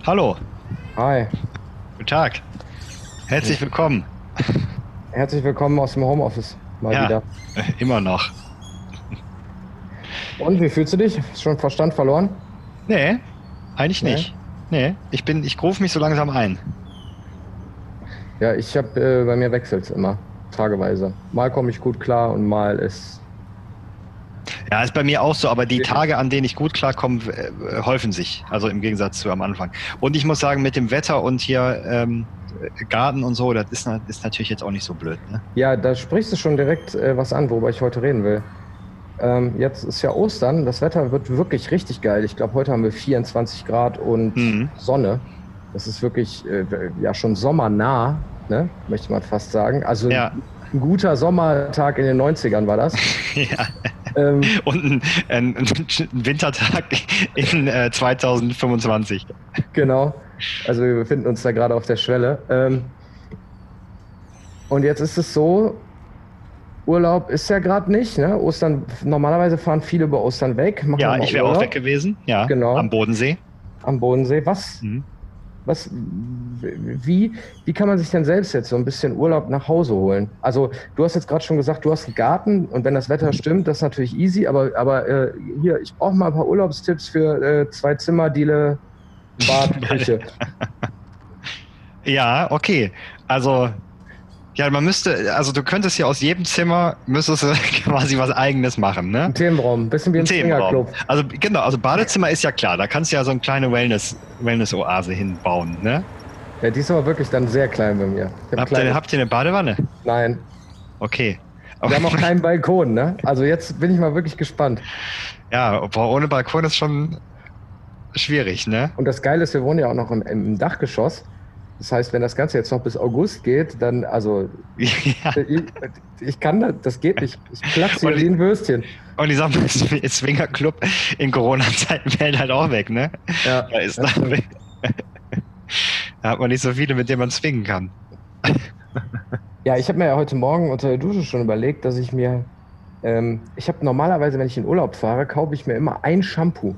Hallo, Hi, guten Tag, herzlich willkommen. herzlich willkommen aus dem Homeoffice mal Ja, wieder. immer noch. Und wie fühlst du dich? Hast schon Verstand verloren? Nee, eigentlich Nee? nicht. Nee, ich rufe mich so langsam ein. Ja, bei mir wechselt's immer, tageweise. Mal komme ich gut klar und mal ist Ja, ist bei mir auch so, aber die schwierig. Tage, an denen ich gut klarkomme, häufen sich. Also im Gegensatz zu am Anfang. Und ich muss sagen, mit dem Wetter und hier Garten und so, ist natürlich jetzt auch nicht so blöd, ne? Ja, da sprichst du schon direkt was an, worüber ich heute reden will. Jetzt ist ja Ostern, das Wetter wird wirklich richtig geil. Ich glaube, heute haben wir 24 Grad und Mhm. Sonne. Das ist wirklich ja schon sommernah, ne? Möchte man fast sagen. Also Ja, ein guter Sommertag in den 90ern war das. ja. Ähm, Und ein Wintertag in 2025. Genau. Also wir befinden uns da gerade auf der Schwelle. Und jetzt ist es so, Urlaub ist ja gerade nicht, ne? Ostern, normalerweise fahren viele über Ostern weg, machen Ja, nochmal ich wäre auch weg Urlaub. gewesen, ja, am Genau. Bodensee. Am Bodensee. Mhm. Wie kann man sich denn selbst jetzt so ein bisschen Urlaub nach Hause holen? Also, du hast jetzt gerade schon gesagt, du hast einen Garten und wenn das Wetter stimmt, das ist natürlich easy, aber hier, ich brauche mal ein paar Urlaubstipps für zwei Zimmer, Diele, Bad, Küche. Ja, okay. Also, ja, also du könntest ja aus jedem Zimmer, müsstest du quasi was Eigenes machen, ne? Ein Themenraum, ein bisschen wie Ein ein Themenraum. Swingerclub. Also, genau, also Badezimmer ist ja klar, da kannst du ja so eine kleine Wellness-Oase hinbauen, ne? Ja, die ist aber wirklich dann sehr klein bei mir. Ich habe ein kleines. Habt ihr eine Badewanne? Nein. Okay. Wir haben auch keinen Balkon, ne? Also jetzt bin ich mal wirklich gespannt. Ja, aber ohne Balkon ist schon schwierig, ne? Und das Geile ist, wir wohnen ja auch noch im Dachgeschoss. Das heißt, wenn das Ganze jetzt noch bis August geht, dann, also Ja. ich kann das, das geht nicht. Ich platze hier Und, wie ein Würstchen. und ich sag mal, Swingerclub in Corona-Zeiten fällt halt auch weg, ne? Ja, Da ist das da, stimmt. da hat man nicht so viele, mit denen man swingen kann. Ja, ich habe mir ja heute Morgen unter der Dusche schon überlegt, ich habe normalerweise, wenn ich in Urlaub fahre, kaufe ich mir immer ein Shampoo.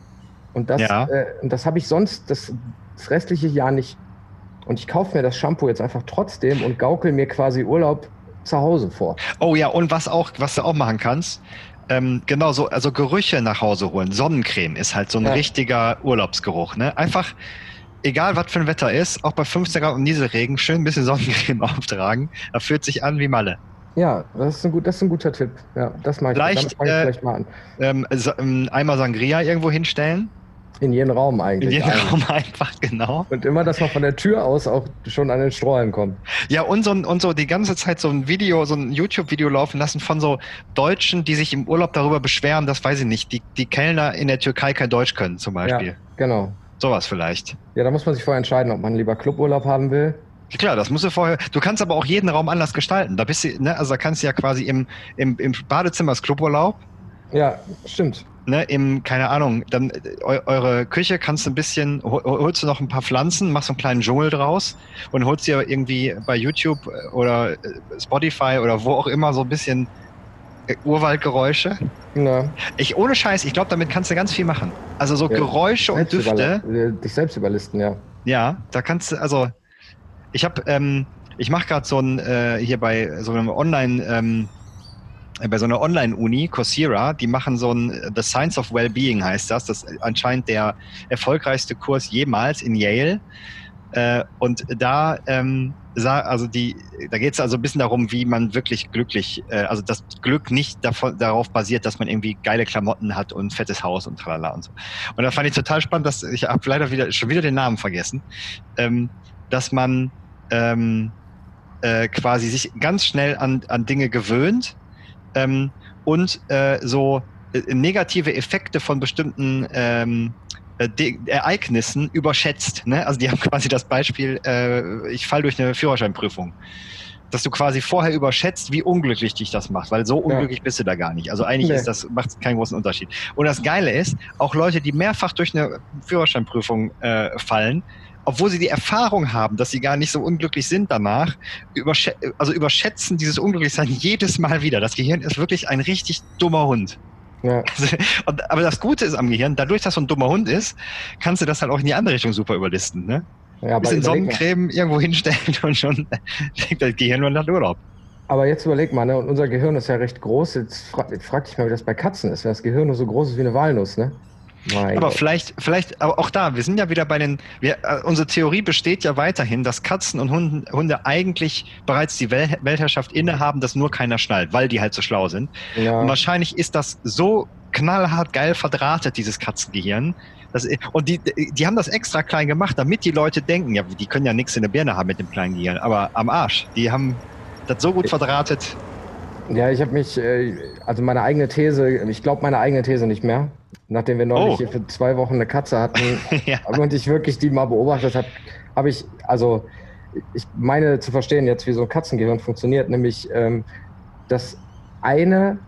Ja. Und das habe ich sonst das restliche Jahr nicht. Und ich kaufe mir das Shampoo jetzt einfach trotzdem und gaukel mir quasi Urlaub zu Hause vor. Oh ja, und was du auch machen kannst, genau so, also Gerüche nach Hause holen. Sonnencreme ist halt so ein Ja, richtiger Urlaubsgeruch, ne? Einfach, egal was für ein Wetter ist, auch bei 15 Grad und Nieselregen, schön ein bisschen Sonnencreme auftragen. Da fühlt sich an wie Malle. ja, das ist ein guter Tipp. Ja, damit Vielleicht fange ich vielleicht mal an. Eimer Sangria irgendwo hinstellen. In jeden Raum In eigentlich, jeden Raum eigentlich. einfach, genau. Und immer, dass man von der Tür aus auch schon an den Strohhalm kommt. Ja, und so die ganze Zeit so ein Video, so ein YouTube-Video laufen lassen von so Deutschen, die sich im Urlaub darüber beschweren, dass, weiß ich nicht, die Kellner in der Türkei kein Deutsch können, zum Ja, Beispiel. genau. Sowas vielleicht. Ja, da muss man sich vorher entscheiden, ob man lieber Cluburlaub haben will. Klar, das musst du vorher. Du kannst aber auch jeden Raum anders gestalten. Da bist du, ne, also da kannst du ja quasi im Badezimmer das Cluburlaub, Ja, stimmt. ne, keine Ahnung, dann eure Küche kannst du ein bisschen, holst du noch ein paar Pflanzen, machst so einen kleinen Dschungel draus und holst dir irgendwie bei YouTube oder Spotify oder wo auch immer so ein bisschen Urwaldgeräusche. Ja, Ohne Scheiß, ich glaube, damit kannst du ganz viel machen. Also so ja. Geräusche und Düfte, Dich selbst überlisten, ja. ja, da kannst du, also ich habe, ich mache gerade so ein, hier bei so einem bei so einer Online-Uni, Coursera, die machen so ein The Science of Wellbeing heißt das. Das ist anscheinend der erfolgreichste Kurs jemals in Yale. Und da, da geht es also ein bisschen darum, wie man wirklich glücklich, also das Glück nicht darauf basiert, dass man irgendwie geile Klamotten hat und ein fettes Haus und tralala und so. Und da fand ich total spannend, dass ich habe leider schon wieder den Namen vergessen, ähm, dass man ähm, quasi sich ganz schnell an Dinge gewöhnt und so negative Effekte von bestimmten Ereignissen überschätzt. Ne? Also die haben quasi das Beispiel, ich falle durch eine Führerscheinprüfung. Dass du quasi vorher überschätzt, wie unglücklich dich das macht, weil so Ja, unglücklich bist du da gar nicht. Also eigentlich nee, macht es keinen großen Unterschied. Und das Geile ist, auch Leute, die mehrfach durch eine Führerscheinprüfung fallen, obwohl sie die Erfahrung haben, dass sie gar nicht so unglücklich sind danach, überschätzen dieses Unglücklichsein jedes Mal wieder. Das Gehirn ist wirklich ein richtig dummer Hund. Ja. Aber das Gute ist am Gehirn, dadurch, dass so ein dummer Hund ist, kannst du das halt auch in die andere Richtung super überlisten. Ne? Ja, Bisschen Sonnencreme irgendwo hinstellen und schon denkt das Gehirn nur nach Urlaub. Aber jetzt überleg mal, ne? Und unser Gehirn ist ja recht groß. Jetzt frag dich mal, wie das bei Katzen ist, wenn das Gehirn nur so groß ist wie eine Walnuss, ne? Aber vielleicht, aber auch da, wir sind ja wieder bei unsere Theorie besteht ja weiterhin, dass Katzen und Hunde eigentlich bereits die Weltherrschaft innehaben, dass nur keiner schnallt, weil die halt so schlau sind. Ja. Und wahrscheinlich ist das so knallhart geil verdrahtet, dieses Katzengehirn. Und die haben das extra klein gemacht, damit die Leute denken, ja, die können ja nichts in der Birne haben mit dem kleinen Gehirn, aber am Arsch, die haben das so gut verdrahtet. Ja, ich habe mich, also meine eigene These, ich glaube meine eigene These nicht mehr. Nachdem wir neulich hier für 2 Wochen eine Katze hatten ja. Und ich wirklich die mal beobachtet habe ich meine zu verstehen jetzt, wie so ein Katzengehirn funktioniert, nämlich das eine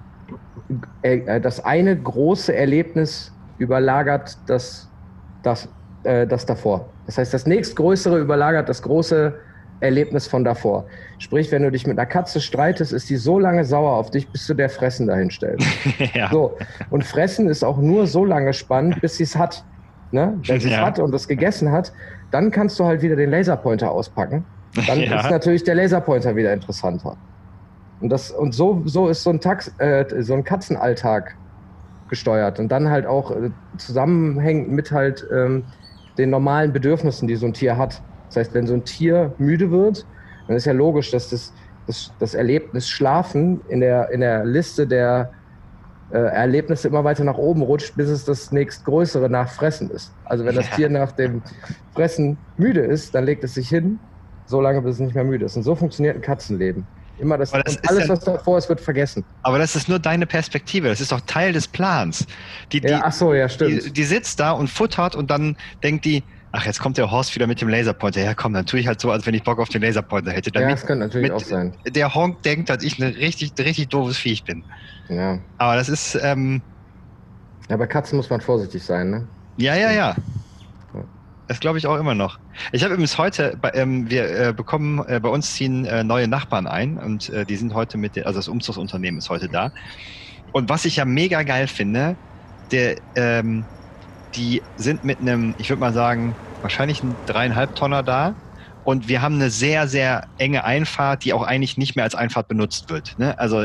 große Erlebnis überlagert das davor. Das heißt, das nächstgrößere überlagert das große Erlebnis von davor. Sprich, wenn du dich mit einer Katze streitest, ist die so lange sauer auf dich, bis du der Fressen dahin stellst. Ja. So. Und Fressen ist auch nur so lange spannend, bis sie es hat. Ne? Wenn sie es hat und es gegessen hat, dann kannst du halt wieder den Laserpointer auspacken. Dann ist natürlich der Laserpointer wieder interessanter. Und so ist so ein Katzenalltag gesteuert. Und dann halt auch zusammenhängend mit halt den normalen Bedürfnissen, die so ein Tier hat. Das heißt, wenn so ein Tier müde wird, dann ist ja logisch, dass das Erlebnis Schlafen in der Liste der Erlebnisse immer weiter nach oben rutscht, bis es das nächstgrößere nach Fressen ist. Also wenn das Tier nach dem Fressen müde ist, dann legt es sich hin, so lange, bis es nicht mehr müde ist. Und so funktioniert ein Katzenleben. Immer und alles, was davor ist, wird vergessen. Aber das ist nur deine Perspektive. Das ist doch Teil des Plans. Stimmt. Die sitzt da und futtert und dann denkt die, ach, jetzt kommt der Horst wieder mit dem Laserpointer. Ja, komm, dann tue ich halt so, als wenn ich Bock auf den Laserpointer hätte. Ja, das könnte natürlich auch sein. Der Honk denkt, dass ich ein richtig doofes Viech bin. Ja. Aber das ist... ja, bei Katzen muss man vorsichtig sein, ne? Ja. Das glaube ich auch immer noch. Ich habe übrigens heute, wir bekommen, bei uns ziehen neue Nachbarn ein und die sind heute also das Umzugsunternehmen ist heute da. Und was ich ja mega geil finde, die sind mit einem, ich würde mal sagen, wahrscheinlich ein 3,5 Tonner da. Und wir haben eine sehr, sehr enge Einfahrt, die auch eigentlich nicht mehr als Einfahrt benutzt wird. Ne? Also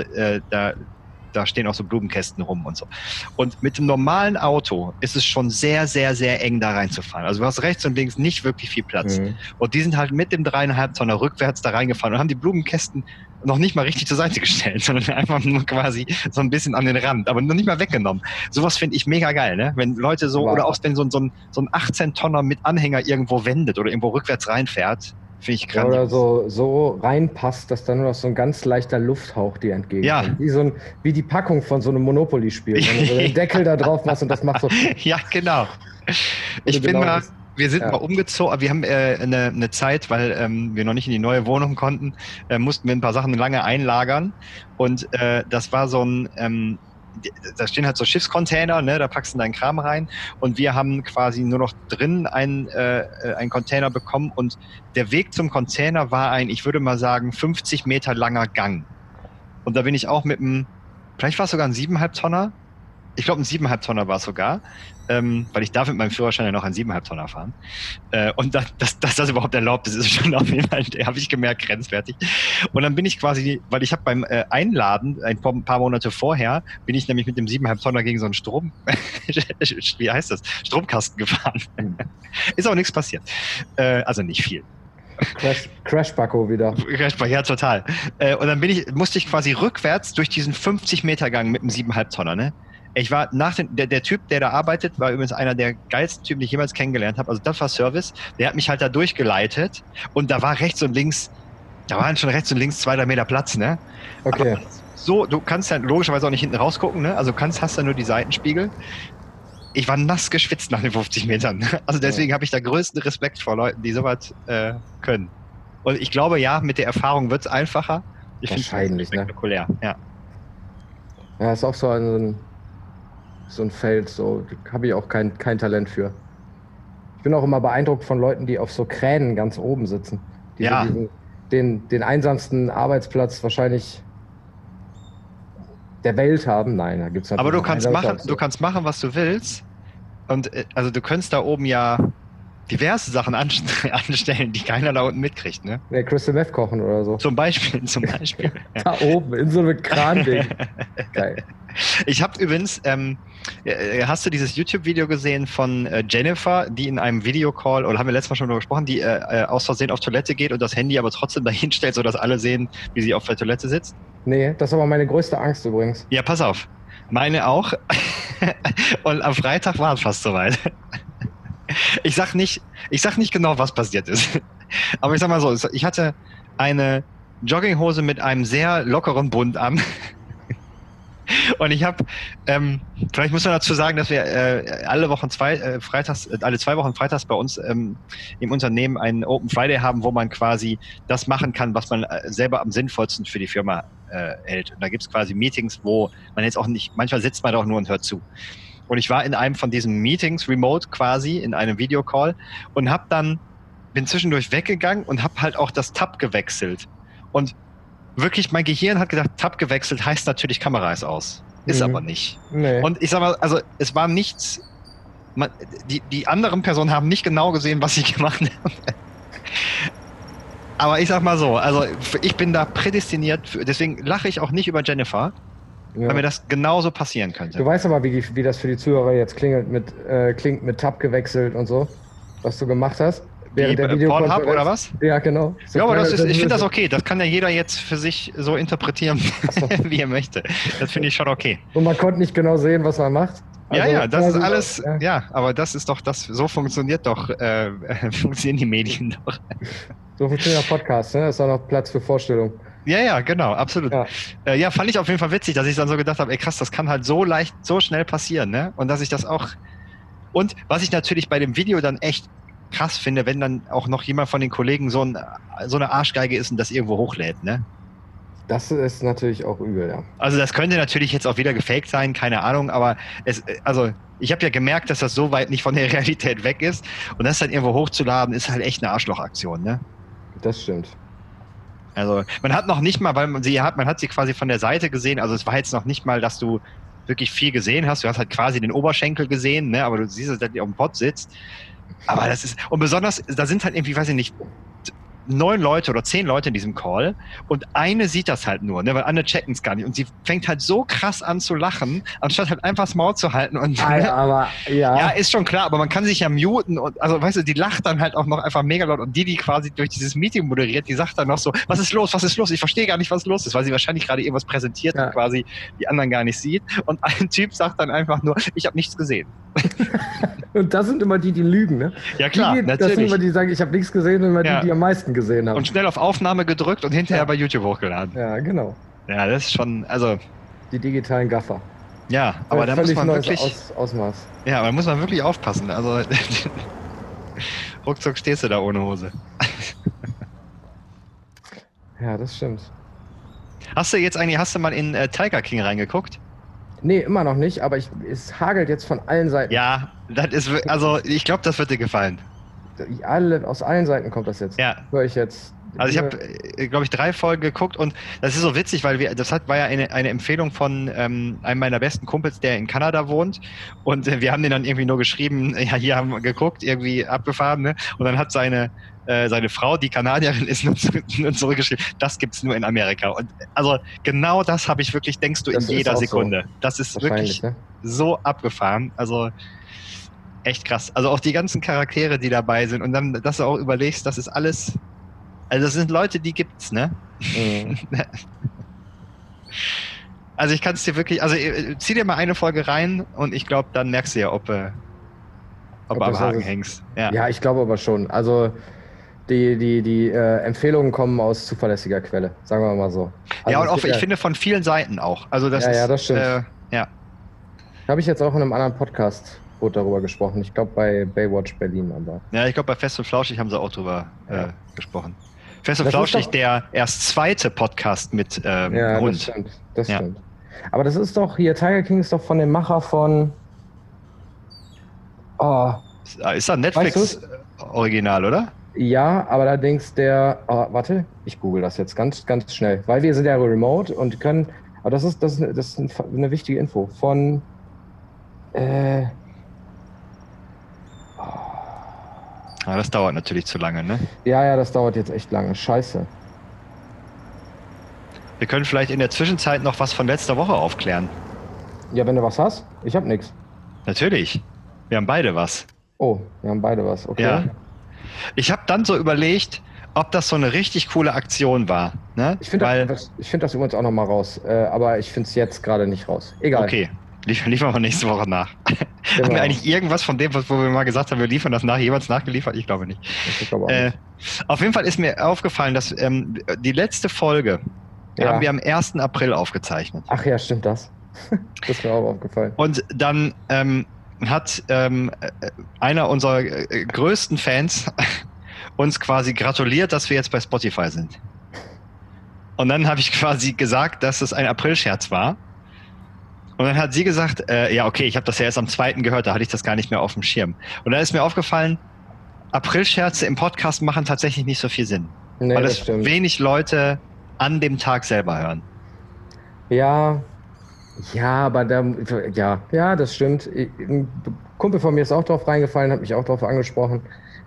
da stehen auch so Blumenkästen rum und so. Und mit dem normalen Auto ist es schon sehr, sehr, sehr eng da reinzufahren. Also du hast rechts und links nicht wirklich viel Platz. Mhm. Und die sind halt mit dem 3,5 Tonner rückwärts da reingefahren und haben die Blumenkästen noch nicht mal richtig zur Seite gestellt, sondern einfach nur quasi so ein bisschen an den Rand, aber noch nicht mal weggenommen. Sowas finde ich mega geil, ne? Wenn Leute so, oder auch wenn so ein 18 Tonner mit Anhänger irgendwo wendet oder irgendwo rückwärts reinfährt, finde ich krass. Ja, oder so reinpasst, dass dann nur noch so ein ganz leichter Lufthauch dir entgegenkommt. Ja. Wie die Packung von so einem Monopoly-Spiel. Wenn du so den Deckel da drauf machst und das macht so... Ja, genau. Wir sind mal umgezogen, wir haben eine Zeit, weil wir noch nicht in die neue Wohnung konnten, mussten wir ein paar Sachen lange einlagern und das war so ein, da stehen halt so Schiffscontainer, ne, da packst du deinen Kram rein und wir haben quasi nur noch drin einen Container bekommen und der Weg zum Container war ich würde mal sagen, 50 Meter langer Gang. Und da bin ich auch vielleicht war es sogar ein 7,5 Tonner, ich glaube ein 7,5 Tonner war es sogar, weil ich darf mit meinem Führerschein ja noch einen 7,5 Tonner fahren. Und dass das überhaupt erlaubt ist, ist schon auf jeden Fall, habe ich gemerkt, grenzwertig. Und dann bin ich quasi, weil ich habe beim Einladen, ein paar Monate vorher, bin ich nämlich mit dem 7,5 Tonner gegen so einen wie heißt das? Stromkasten gefahren. Ist auch nichts passiert. Also nicht viel. Crash-Packo wieder. Ja, total. Und dann musste ich quasi rückwärts durch diesen 50 Meter Gang mit dem 7,5 Tonner, ne? Ich war der Typ, der da arbeitet, war übrigens einer der geilsten Typen, die ich jemals kennengelernt habe. Also das war Service. Der hat mich halt da durchgeleitet und da waren schon rechts und links 2-3 Meter Platz, ne? Okay. Aber so, du kannst ja logischerweise auch nicht hinten rausgucken, ne? Also hast ja nur die Seitenspiegel. Ich war nass geschwitzt nach den 50 Metern. Also deswegen habe ich da größten Respekt vor Leuten, die sowas können. Und ich glaube, ja, mit der Erfahrung wird es einfacher. Ich finde es spektakulär, ne? Ja, ist auch so ein Feld, so habe ich auch kein Talent für. Ich bin auch immer beeindruckt von Leuten, die auf so Kränen ganz oben sitzen. Die so den einsamsten Arbeitsplatz wahrscheinlich der Welt haben. Nein, da gibt es natürlich. Aber du kannst machen, was du willst. Und also du könntest da oben ja diverse Sachen anstellen, die keiner da unten mitkriegt, ne? Ja, Crystal Meth kochen oder so. Zum Beispiel. Da oben, in so einem Kran-Ding. Geil. Ich habe übrigens, hast du dieses YouTube-Video gesehen von Jennifer, die in einem Videocall, oder haben wir letztes Mal schon darüber gesprochen, die aus Versehen auf Toilette geht und das Handy aber trotzdem dahin stellt, sodass alle sehen, wie sie auf der Toilette sitzt? Nee, das ist aber meine größte Angst übrigens. Ja, pass auf. Meine auch. Und am Freitag war es fast soweit. Ich sag nicht genau, was passiert ist. Aber ich sag mal so, ich hatte eine Jogginghose mit einem sehr lockeren Bund an. Und ich habe, vielleicht muss man dazu sagen, dass wir alle 2 Wochen freitags bei uns im Unternehmen einen Open Friday haben, wo man quasi das machen kann, was man selber am sinnvollsten für die Firma hält. Und da gibt es quasi Meetings, wo man jetzt auch nicht, manchmal sitzt man doch nur und hört zu. Und ich war in einem von diesen Meetings, remote quasi, in einem Videocall und bin zwischendurch weggegangen und habe halt auch das Tab gewechselt. Und wirklich, mein Gehirn hat gedacht, Tab gewechselt heißt natürlich, Kamera ist aus. Ist aber nicht. Nee. Und ich sag mal, also es war nichts, die anderen Personen haben nicht genau gesehen, was ich gemacht habe. Aber ich sag mal so, also ich bin da prädestiniert, deswegen lache ich auch nicht über Jennifer, weil mir das genauso passieren könnte. Du weißt aber, wie das für die Zuhörer jetzt klingt mit Tab gewechselt und so, was du gemacht hast. Während der Videokonferenz oder was? Ja, genau. So ja, aber ich finde das okay. Das kann ja jeder jetzt für sich so interpretieren, wie er möchte. Das finde ich schon okay. Und man konnte nicht genau sehen, was man macht. Also, ja, das ist alles, ja, aber das ist doch, so funktionieren die Medien doch. So funktioniert der Podcast, ne? Ist auch noch Platz für Vorstellung. Ja, genau, absolut. Ja, fand ich auf jeden Fall witzig, dass ich dann so gedacht habe, ey krass, das kann halt so leicht, so schnell passieren, ne? Und dass ich das auch, und was ich natürlich bei dem Video dann echt krass finde, wenn dann auch noch jemand von den Kollegen so eine Arschgeige ist und das irgendwo hochlädt, ne? Das ist natürlich auch übel, ja. Also das könnte natürlich jetzt auch wieder gefaked sein, keine Ahnung, aber ich habe ja gemerkt, dass das so weit nicht von der Realität weg ist und das dann irgendwo hochzuladen, ist halt echt eine Arschlochaktion, ne? Das stimmt. Also man hat noch nicht mal, weil man hat sie quasi von der Seite gesehen, also es war jetzt noch nicht mal, dass du wirklich viel gesehen hast, du hast halt quasi den Oberschenkel gesehen, ne? Aber du siehst, dass die auf dem Pott sitzt. Aber das ist, und besonders, da sind halt irgendwie, weiß ich nicht, 9 Leute oder 10 Leute in diesem Call und eine sieht das halt nur, ne, weil andere checken es gar nicht und sie fängt halt so krass an zu lachen, anstatt halt einfach das Maul zu halten und aber ja, ist schon klar, aber man kann sich ja muten und also weißt du, die lacht dann halt auch noch einfach mega laut und die quasi durch dieses Meeting moderiert, die sagt dann noch so, was ist los, ich verstehe gar nicht, was los ist, weil sie wahrscheinlich gerade irgendwas präsentiert und quasi die anderen gar nicht sieht und ein Typ sagt dann einfach nur, ich habe nichts gesehen. Und das sind immer die lügen, ne? Ja klar, natürlich. Das sind immer die, die sagen, ich habe nichts gesehen, und immer die am meisten gesehen haben. Und schnell auf Aufnahme gedrückt und hinterher bei YouTube hochgeladen. Ja, genau. Ja, das ist schon, also... Die digitalen Gaffer. Ja, aber da muss man wirklich... Ausmaß. Ja, aber da muss man wirklich aufpassen. Also ruckzuck stehst du da ohne Hose. Ja, das stimmt. Hast du mal in Tiger King reingeguckt? Nee, immer noch nicht, aber es hagelt jetzt von allen Seiten. Ja, ich glaube, das wird dir gefallen. Aus allen Seiten kommt das jetzt. Ja. Höre ich jetzt. Also ich habe, glaube ich, 3 Folgen geguckt und das ist so witzig, weil war ja eine Empfehlung von einem meiner besten Kumpels, der in Kanada wohnt und wir haben den dann irgendwie nur geschrieben, ja, hier haben wir geguckt, irgendwie abgefahren, ne? Und dann hat seine Frau, die Kanadierin ist, nur zurückgeschrieben, das gibt's nur in Amerika. Und also genau das habe ich wirklich, denkst du, in jeder Sekunde. So. Das ist wirklich so abgefahren. Also echt krass. Also auch die ganzen Charaktere, die dabei sind und dann, dass du auch überlegst, das ist alles, also das sind Leute, die gibt's, ne? Mhm. Also ich kann es dir wirklich, also zieh dir mal eine Folge rein und ich glaube, dann merkst du ja, ob du am Haken hängst. Ja, ich glaube aber schon. Also die Empfehlungen kommen aus zuverlässiger Quelle, sagen wir mal so. Also ja, und auch, ich finde von vielen Seiten auch. Also das ist, das stimmt. Ja. Habe ich jetzt auch in einem anderen Podcast darüber gesprochen. Ich glaube bei Baywatch Berlin. Aber. Ja, ich glaube bei Fest und Flauschig haben sie auch drüber gesprochen. Fest und Flauschig, der erst 2. Podcast mit Hund. Das stimmt. Aber das ist doch hier, Tiger King ist doch von dem Macher von... Oh. Ist da Netflix-Original, oder? Ja, aber allerdings warte, ich google das jetzt ganz, ganz schnell, weil wir sind ja remote und können, Aber das ist eine wichtige Info von Aber das dauert natürlich zu lange, ne? ja, das dauert jetzt echt lange. Scheiße. Wir können vielleicht in der Zwischenzeit noch was von letzter Woche aufklären. Ja, wenn du was hast? Ich hab nichts. Natürlich. Wir haben beide was. Oh, wir haben beide was, okay. Ja. Ich habe dann so überlegt, ob das so eine richtig coole Aktion war. Ne? Ich finde das übrigens auch nochmal raus, aber ich finde es jetzt gerade nicht raus. Egal. Okay, liefern wir nächste Woche nach. Genau. Haben wir eigentlich irgendwas von dem, wo wir mal gesagt haben, wir liefern das nach, jeweils nachgeliefert? Ich glaube nicht. Ich glaube auch nicht. Auf jeden Fall ist mir aufgefallen, dass die letzte Folge haben wir am 1. April aufgezeichnet. Ach ja, stimmt das. Das ist mir auch aufgefallen. Und dann hat einer unserer größten Fans uns quasi gratuliert, dass wir jetzt bei Spotify sind. Und dann habe ich quasi gesagt, dass es ein April-Scherz war. Und dann hat sie gesagt, ja okay, ich habe das ja erst am 2. gehört, da hatte ich das gar nicht mehr auf dem Schirm. Und dann ist mir aufgefallen, April-Scherze im Podcast machen tatsächlich nicht so viel Sinn. Nee, weil es wenig Leute an dem Tag selber hören. Ja, aber das stimmt. Ein Kumpel von mir ist auch drauf reingefallen, hat mich auch drauf angesprochen.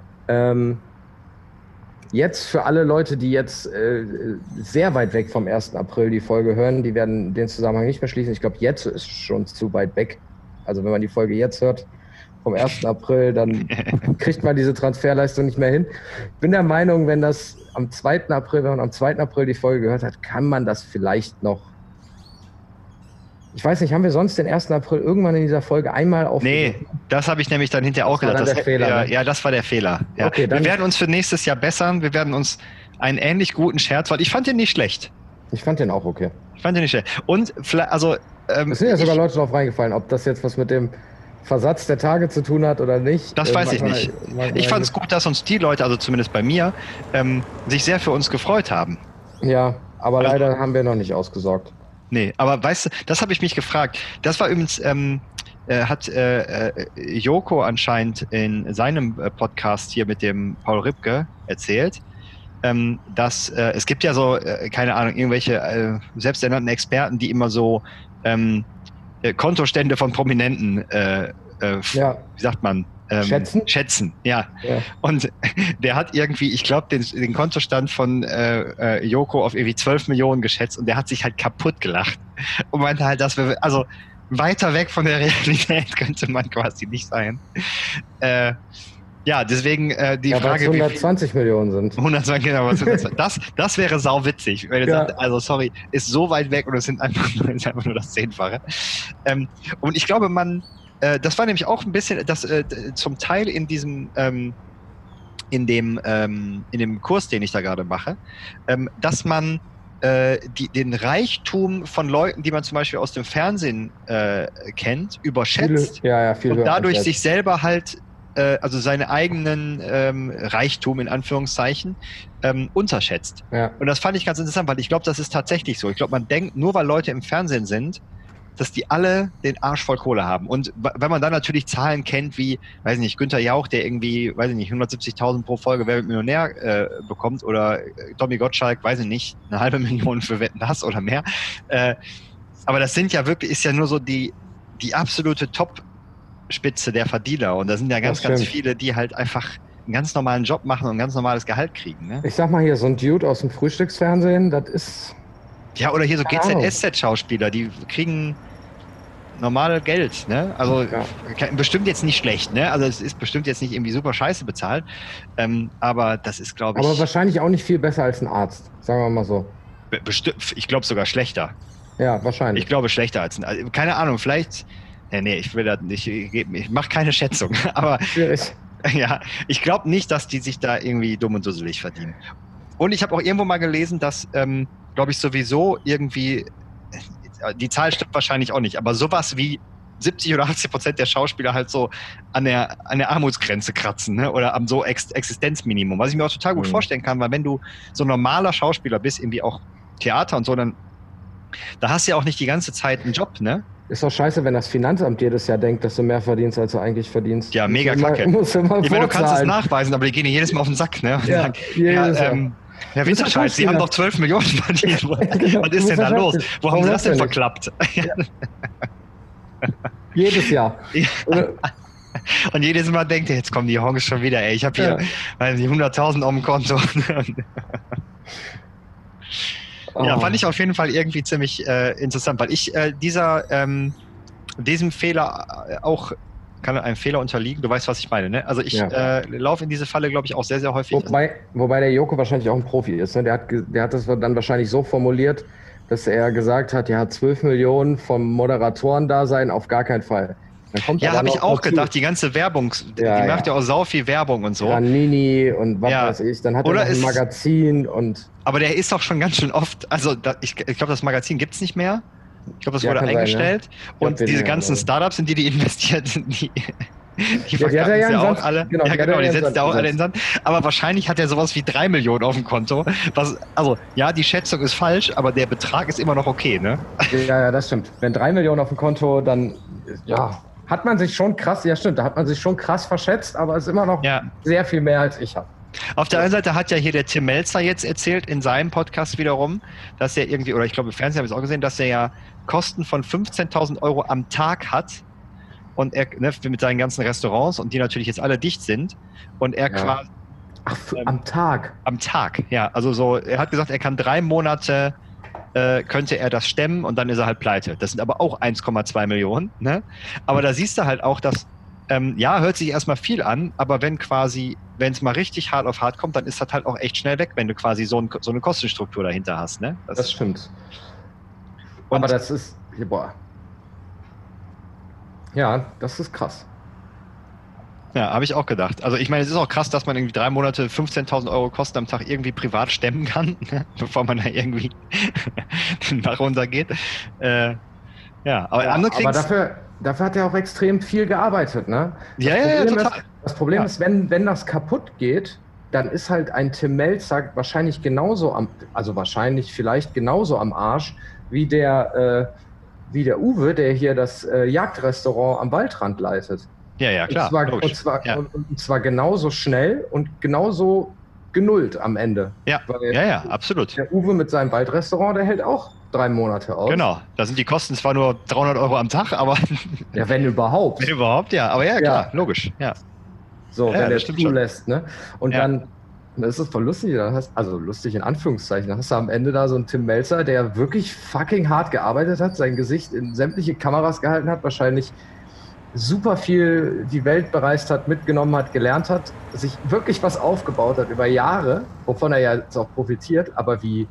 Jetzt für alle Leute, die jetzt sehr weit weg vom 1. April die Folge hören, die werden den Zusammenhang nicht mehr schließen. Ich glaube, jetzt ist schon zu weit weg. Also wenn man die Folge jetzt hört, vom 1. April, dann kriegt man diese Transferleistung nicht mehr hin. Ich bin der Meinung, wenn man am 2. April die Folge gehört hat, kann man das vielleicht noch. Ich weiß nicht, haben wir sonst den 1. April irgendwann in dieser Folge einmal aufgenommen? Nee, das habe ich nämlich dann hinterher auch gedacht. Ja, das war der Fehler. Ja. Okay, wir werden uns für nächstes Jahr bessern. Wir werden uns einen ähnlich guten Scherz, weil ich fand den nicht schlecht. Ich fand den auch okay. Ich fand den nicht schlecht. Und also es sind ja sogar Leute drauf reingefallen, ob das jetzt was mit dem Versatz der Tage zu tun hat oder nicht. Das weiß ich nicht. Ich fand es gut, dass uns die Leute, also zumindest bei mir, sich sehr für uns gefreut haben. Ja, aber leider haben wir noch nicht ausgesorgt. Nee, aber weißt du, das habe ich mich gefragt. Das war übrigens, hat Joko anscheinend in seinem Podcast hier mit dem Paul Ripke erzählt, dass es gibt ja so, keine Ahnung, irgendwelche selbsternannten Experten, die immer so Kontostände von Prominenten, wie sagt man? Schätzen, ja. Und der hat irgendwie, ich glaube, den Kontostand von Joko auf irgendwie 12 Millionen geschätzt und der hat sich halt kaputt gelacht und meinte halt, dass wir, also weiter weg von der Realität könnte man quasi nicht sein. Ja, deswegen die Frage, 120 Millionen sind. 120, genau, das wäre sauwitzig, wenn ihr sagt, also sorry, ist so weit weg und es sind einfach nur das 10-fache. Und ich glaube, das war nämlich auch ein bisschen, zum Teil in diesem, in dem Kurs, den ich da gerade mache, dass man den Reichtum von Leuten, die man zum Beispiel aus dem Fernsehen kennt, überschätzt viel und dadurch sich selber halt, also seine eigenen Reichtum in Anführungszeichen, unterschätzt. Ja. Und das fand ich ganz interessant, weil ich glaube, das ist tatsächlich so. Ich glaube, man denkt, nur weil Leute im Fernsehen sind, dass die alle den Arsch voll Kohle haben. Und wenn man dann natürlich Zahlen kennt wie, weiß ich nicht, Günther Jauch, der irgendwie, weiß ich nicht, 170.000 pro Folge Wer wird Millionär bekommt oder Tommy Gottschalk, weiß ich nicht, 500.000 für Wetten, das oder mehr. Aber das sind ja wirklich, ist ja nur so die absolute Top-Spitze der Verdiener. Und da sind ja ganz viele, die halt einfach einen ganz normalen Job machen und ein ganz normales Gehalt kriegen. Ne? Ich sag mal hier, so ein Dude aus dem Frühstücksfernsehen, das ist... Ja, oder hier so GZSZ-Schauspieler, die kriegen normale Geld, ne? Also bestimmt jetzt nicht schlecht, ne? Also es ist bestimmt jetzt nicht irgendwie super scheiße bezahlt, aber das ist, glaube ich... Aber wahrscheinlich auch nicht viel besser als ein Arzt, sagen wir mal so. Bestimmt, ich glaube sogar schlechter. Ja, wahrscheinlich. Ich glaube schlechter als ein Arzt. Keine Ahnung, vielleicht... Nee, ich will da nicht... Ich mache keine Schätzung, aber... Schwierig. Ja, ich glaube nicht, dass die sich da irgendwie dumm und dusselig verdienen. Und ich habe auch irgendwo mal gelesen, dass... glaube ich, sowieso irgendwie, die Zahl stimmt wahrscheinlich auch nicht, aber sowas wie 70 oder 80% der Schauspieler halt so an der Armutsgrenze kratzen, ne? Oder am so Existenzminimum, was ich mir auch total gut vorstellen kann, weil wenn du so ein normaler Schauspieler bist, irgendwie auch Theater und so, dann da hast du ja auch nicht die ganze Zeit einen Job, ne? Ist doch scheiße, wenn das Finanzamt jedes Jahr denkt, dass du mehr verdienst, als du eigentlich verdienst. Ja, mega kacke. Ich meine, du kannst es nachweisen, aber die gehen dir jedes Mal auf den Sack, ne? Ja, Ja, Winterscheid, Sie haben doch 12 Millionen verdient. Genau, Was ist denn da los? Wo haben Sie das denn verklappt? Ja. Jedes Jahr. Ja. Und jedes Mal denkt er, jetzt kommen die Hongs schon wieder, ey. Ich habe hier 100.000 auf dem Konto. Ja, fand ich auf jeden Fall irgendwie ziemlich interessant, weil ich diesem Fehler auch kann einem Fehler unterliegen. Du weißt, was ich meine, ne? Also ich laufe in diese Falle, glaube ich, auch sehr, sehr häufig. Wobei der Joko wahrscheinlich auch ein Profi ist. Ne? Der hat das dann wahrscheinlich so formuliert, dass er gesagt hat, ja, 12 Millionen vom Moderatorendasein auf gar keinen Fall. Ja, habe ich auch gedacht, die ganze Werbung, die macht ja auch sau viel Werbung und so. Nini und was weiß ich, dann hat er noch ein Magazin und... Aber der ist doch schon ganz schön oft, also ich glaube, das Magazin gibt's nicht mehr. Ich glaube, das wurde eingestellt. Sein, ja. Und diese ganzen Startups, in die investiert sind, die verkaufen ja auch alle. Genau, die setzen ja auch alle in den Sand. Aber wahrscheinlich hat er sowas wie 3 Millionen auf dem Konto. Also, ja, die Schätzung ist falsch, aber der Betrag ist immer noch okay, ne? Ja, das stimmt. Wenn 3 Millionen auf dem Konto, dann, hat man sich schon krass, da hat man sich schon krass verschätzt, aber es ist immer noch sehr viel mehr, als ich habe. Auf der einen Seite hat ja hier der Tim Melzer jetzt erzählt in seinem Podcast wiederum, dass er irgendwie, oder ich glaube im Fernsehen habe ich es auch gesehen, dass er ja Kosten von 15.000 Euro am Tag hat und er mit seinen ganzen Restaurants und die natürlich jetzt alle dicht sind und er quasi... Ach, am Tag? Am Tag, ja. Also so, er hat gesagt, er kann 3 Monate könnte er das stemmen und dann ist er halt pleite. Das sind aber auch 1,2 Millionen. Ne? Aber da siehst du halt auch, dass hört sich erstmal viel an, aber wenn es mal richtig hart auf hart kommt, dann ist das halt auch echt schnell weg, wenn du quasi so eine Kostenstruktur dahinter hast. Ne? Das stimmt. Aber das ist, ja, das ist krass. Ja, habe ich auch gedacht. Also ich meine, es ist auch krass, dass man irgendwie 3 Monate 15.000 Euro Kosten am Tag irgendwie privat stemmen kann, ne? Bevor man da irgendwie den Bach runtergeht. Aber dafür hat er auch extrem viel gearbeitet, ne? Total. Das Problem ist, wenn das kaputt geht, dann ist halt ein Tim Melzer wahrscheinlich vielleicht genauso am Arsch wie der Uwe, der hier das Jagdrestaurant am Waldrand leitet. Ja, klar. Und zwar genauso schnell und genauso genullt am Ende. Ja, absolut. Der Uwe mit seinem Waldrestaurant, der hält auch 3 Monate aus. Genau, da sind die Kosten zwar nur 300 Euro am Tag, aber... Ja, wenn überhaupt. Wenn überhaupt, ja. Aber klar, logisch, ja. So, wenn der zulässt, ne? Und dann, das ist voll lustig, also lustig in Anführungszeichen, dann hast du am Ende da so einen Tim Melzer, der wirklich fucking hart gearbeitet hat, sein Gesicht in sämtliche Kameras gehalten hat, wahrscheinlich super viel die Welt bereist hat, mitgenommen hat, gelernt hat, sich wirklich was aufgebaut hat über Jahre, wovon er ja jetzt auch profitiert, aber wie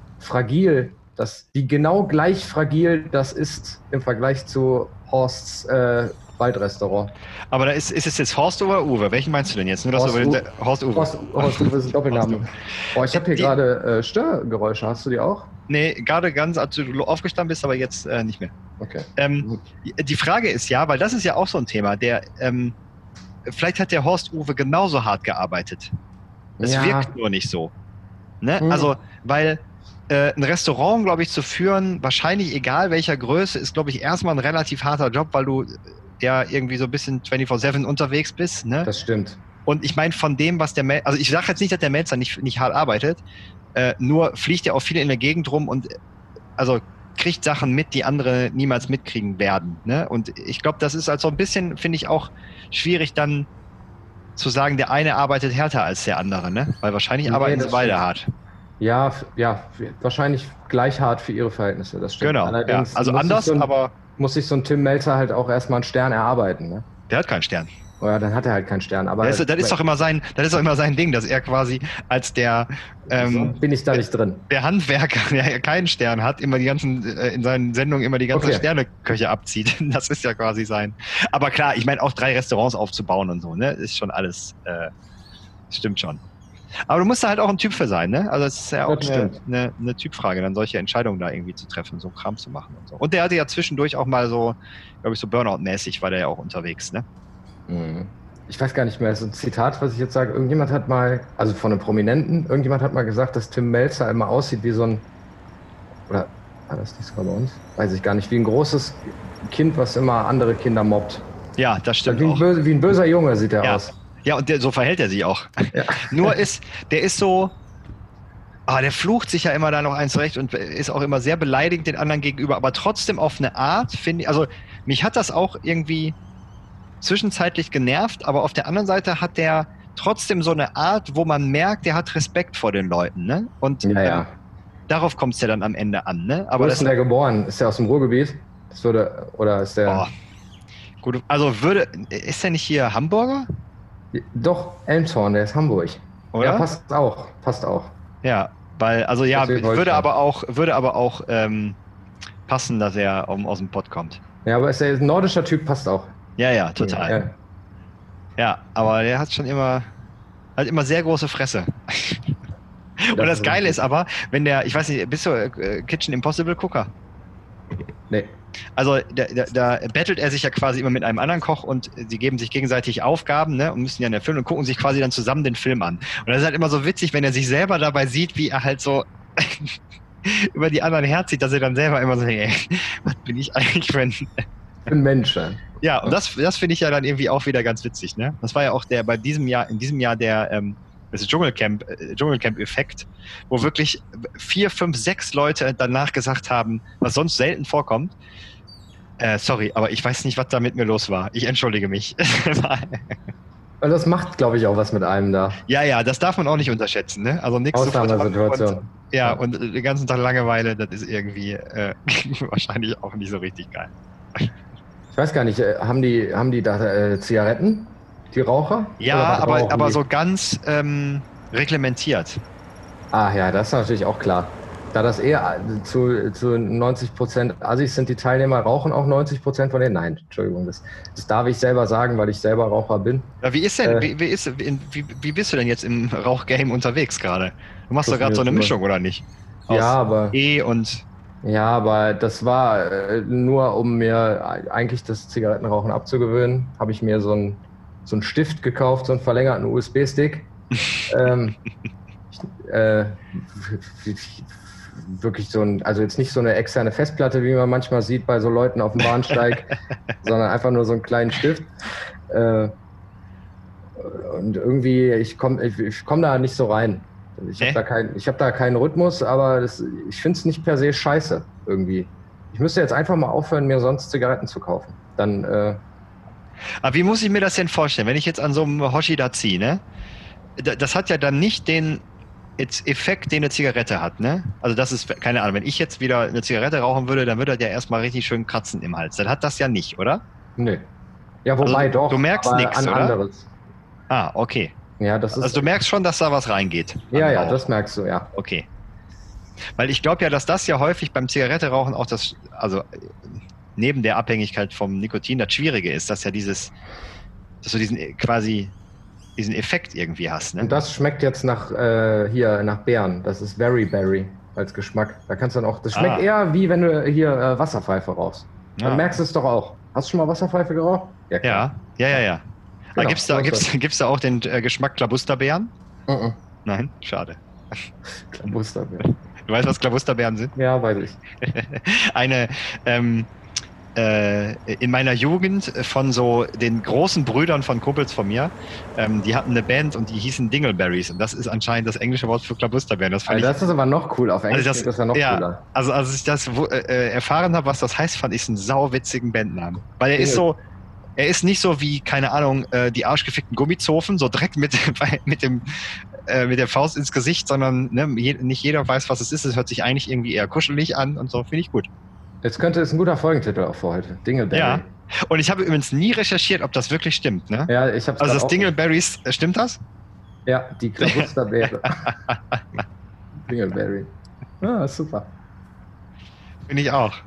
genau gleich fragil das ist im Vergleich zu Horsts Waldrestaurant. Aber ist es jetzt Horst oder Uwe? Welchen meinst du denn jetzt? Nur Horst Uwe. Horst Uwe ist ein Doppelname. Ich habe hier gerade Störgeräusche. Hast du die auch? Nee, gerade ganz, als du aufgestanden bist, aber jetzt nicht mehr. Okay. Die Frage ist weil das ist ja auch so ein Thema, vielleicht hat der Horst Uwe genauso hart gearbeitet. Es wirkt nur nicht so. Ne? Also, weil ein Restaurant, glaube ich, zu führen, wahrscheinlich egal welcher Größe, ist, glaube ich, erstmal ein relativ harter Job, weil du ja irgendwie so ein bisschen 24/7 unterwegs bist. Ne? Das stimmt. Und ich meine, von dem, was also ich sage jetzt nicht, dass der Melzer nicht hart arbeitet, nur fliegt er auch viel in der Gegend rum und also kriegt Sachen mit, die andere niemals mitkriegen werden. Ne? Und ich glaube, das ist halt so ein bisschen, finde ich, auch schwierig dann zu sagen, der eine arbeitet härter als der andere. Ne? Weil wahrscheinlich arbeiten sie beide hart. Ja, wahrscheinlich gleich hart für ihre Verhältnisse, das stimmt. Genau, allerdings also anders, aber... Muss sich so ein Tim Melzer halt auch erstmal einen Stern erarbeiten, ne? Der hat keinen Stern. Oh ja, dann hat er halt keinen Stern. Aber das ist doch immer sein Ding, dass er quasi als der... bin ich da nicht drin. Der Handwerker, der ja keinen Stern hat, immer in seinen Sendungen immer die ganzen Sterneköche abzieht. Das ist ja quasi sein. Aber klar, ich meine, auch 3 Restaurants aufzubauen und so, ne? Ist schon alles... stimmt schon. Aber du musst da halt auch ein Typ für sein, ne? Also es ist ja auch eine Typfrage, dann solche Entscheidungen da irgendwie zu treffen, so Kram zu machen und so. Und der hatte ja zwischendurch auch mal so, glaube ich, so Burnout-mäßig war der ja auch unterwegs, ne? Ich weiß gar nicht mehr, so ein Zitat, was ich jetzt sage, irgendjemand hat mal, also von einem Prominenten, irgendjemand hat mal gesagt, dass Tim Melzer immer aussieht wie so ein, oder war das nicht sogar bei uns? Weiß ich gar nicht, wie ein großes Kind, was immer andere Kinder mobbt. Ja, das stimmt auch. Wie ein böser Junge sieht er aus. Ja, und so verhält er sich auch. Ja. Der ist so, Aber der flucht sich ja immer da noch eins zurecht und ist auch immer sehr beleidigend den anderen gegenüber, aber trotzdem auf eine Art, finde ich, also mich hat das auch irgendwie zwischenzeitlich genervt, aber auf der anderen Seite hat der trotzdem so eine Art, wo man merkt, der hat Respekt vor den Leuten, ne? Und Ja, ja. darauf kommt es ja dann am Ende an, ne? Wo Aber ist denn der geboren? Ist der aus dem Ruhrgebiet? Oder ist der... oh, gut, also ist der nicht hier Hamburger? Doch, Elmshorn, der ist Hamburg. Oder? Ja, passt auch. Passt auch. Ja, weil, also ja, Schleswig-Holstein. würde aber auch passen, dass er aus dem Pott kommt. Ja, aber ist der ein nordischer Typ, passt auch. Ja, ja, total. Ja. Ja, aber der hat schon immer sehr große Fresse. Und das Geile ist aber, wenn ich weiß nicht, bist du Kitchen Impossible Gucker? Nee. Also da battelt er sich ja quasi immer mit einem anderen Koch und sie geben sich gegenseitig Aufgaben, ne, und müssen ja erfüllen und gucken sich quasi dann zusammen den Film an. Und das ist halt immer so witzig, wenn er sich selber dabei sieht, wie er halt so über die anderen herzieht, dass er dann selber immer so, ey, was bin ich eigentlich für ein Mensch? Ja, ja, und das finde ich ja dann irgendwie auch wieder ganz witzig, ne? Das war ja auch in diesem Jahr der das Dschungelcamp-Effekt, wo wirklich 4, 5, 6 Leute danach gesagt haben, was sonst selten vorkommt. Sorry, aber ich weiß nicht, was da mit mir los war. Ich entschuldige mich. Und das macht, glaube ich, auch was mit einem da. Ja, das darf man auch nicht unterschätzen, ne? Also nichts Ausnahmesituation. Und den ganzen Tag Langeweile, das ist irgendwie wahrscheinlich auch nicht so richtig geil. Ich weiß gar nicht, haben die da Zigaretten, die Raucher? Ja, aber so ganz reglementiert. Ah ja, das ist natürlich auch klar. Da das eher zu 90% Assis sind, die Teilnehmer, rauchen auch 90% von denen? Nein, Entschuldigung, das darf ich selber sagen, weil ich selber Raucher bin. Ja, wie bist du denn jetzt im Rauchgame unterwegs gerade? Du machst doch gerade so eine Mischung, oder nicht? Aus aber und... Ja, aber das war nur, um mir eigentlich das Zigarettenrauchen abzugewöhnen, habe ich mir so einen Stift gekauft, so einen verlängerten USB-Stick. Wirklich also jetzt nicht so eine externe Festplatte, wie man manchmal sieht bei so Leuten auf dem Bahnsteig, sondern einfach nur so einen kleinen Stift. Und irgendwie, ich komm da nicht so rein. Ich habe da keinen Rhythmus, aber ich finde es nicht per se scheiße irgendwie. Ich müsste jetzt einfach mal aufhören, mir sonst Zigaretten zu kaufen. Dann. Aber wie muss ich mir das denn vorstellen, wenn ich jetzt an so einem Hoshi da ziehe, ne? Das hat ja dann nicht den Effekt, den eine Zigarette hat, ne? Also das ist, keine Ahnung, wenn ich jetzt wieder eine Zigarette rauchen würde, dann würde das ja erstmal richtig schön kratzen im Hals. Das hat das ja nicht, oder? Nee. Ja, wobei also, doch. Du merkst nichts, oder? Anderes. Ah, okay. Ja, das ist. Also du merkst schon, dass da was reingeht. Ja, das merkst du, ja. Okay. Weil ich glaube ja, dass das ja häufig beim Zigaretterauchen auch neben der Abhängigkeit vom Nikotin das Schwierige ist, dass ja dass du diesen Effekt irgendwie hast. Ne? Und das schmeckt jetzt nach Beeren. Das ist Very Berry als Geschmack. Da kannst du dann auch, das schmeckt eher wie wenn du hier Wasserpfeife rauchst. Dann merkst du es doch auch. Hast du schon mal Wasserpfeife geraucht? Ja, klar. Ja. Genau, gibt's da auch den Geschmack Klabusterbeeren? Nein, schade. Klabusterbeeren. Du weißt, was Klabusterbeeren sind? Ja, weiß ich. In meiner Jugend von so den großen Brüdern von Kumpels von mir, die hatten eine Band und die hießen Dingleberries und das ist anscheinend das englische Wort für Klabusterbeeren. Das ist aber noch cool, auf Englisch ist das ja noch cooler. Also als ich das erfahren habe, was das heißt, fand ich einen sauwitzigen Bandnamen. Weil er ist nicht so wie, keine Ahnung, die arschgefickten Gummizofen, so direkt mit der Faust ins Gesicht, sondern ne, nicht jeder weiß, was es ist. Es hört sich eigentlich irgendwie eher kuschelig an und so, finde ich gut. Jetzt könnte es ein guter Folgentitel auch für heute. Dingleberry. Ja, und ich habe übrigens nie recherchiert, ob das wirklich stimmt, ne? Ja, ich habe also das Dingleberries, stimmt das? Ja, die Klabusterbeere. Dingleberry. Ah, super. Finde ich auch.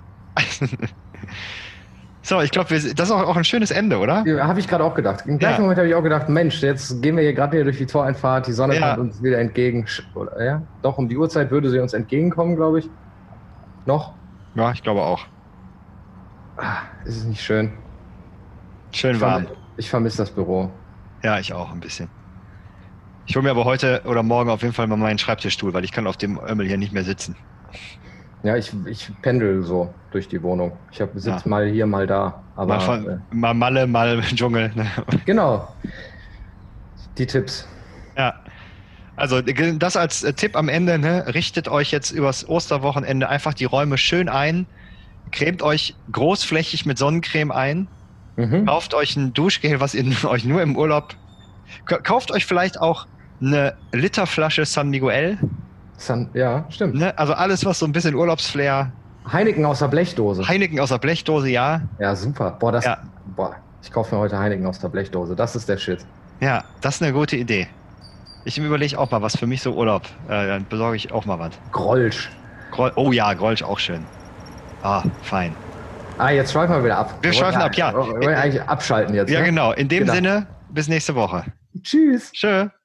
So, ich glaube, das ist auch ein schönes Ende, oder? Ja, habe ich gerade auch gedacht. Im gleichen Moment habe ich auch gedacht, Mensch, jetzt gehen wir hier gerade wieder durch die Toreinfahrt, die Sonne kommt uns wieder entgegen. Ja, doch, um die Uhrzeit würde sie uns entgegenkommen, glaube ich. Noch? Ja, ich glaube auch. Ist es nicht schön? Schön warm. Ich vermisse das Büro. Ja, ich auch ein bisschen. Ich hole mir aber heute oder morgen auf jeden Fall mal meinen Schreibtischstuhl, weil ich kann auf dem Ömmel hier nicht mehr sitzen. Ja, ich pendel so durch die Wohnung. Ich sitze mal hier, mal da. Aber mal Malle, mal Dschungel. Ne? Genau. Die Tipps. Ja. Also das als Tipp am Ende, ne? Richtet euch jetzt übers Osterwochenende einfach die Räume schön ein, cremt euch großflächig mit Sonnencreme ein, kauft euch ein Duschgel, was ihr euch nur im Urlaub, kauft euch vielleicht auch eine Literflasche San Miguel. Ja, stimmt. Ne? Also alles, was so ein bisschen Urlaubsflair. Heineken aus der Blechdose. Heineken aus der Blechdose, ja. Ja, super. Boah, ich kaufe mir heute Heineken aus der Blechdose. Das ist der Shit. Ja, das ist eine gute Idee. Ich überlege auch mal was für mich so Urlaub. Dann besorge ich auch mal was. Grolsch. Oh ja, Grolsch auch schön. Ah, fein. Jetzt schweifen wir wieder ab. Wir schweifen ab, ja. Wir wollen eigentlich abschalten jetzt. Ja, ne? genau. In dem Sinne, bis nächste Woche. Tschüss. Tschö.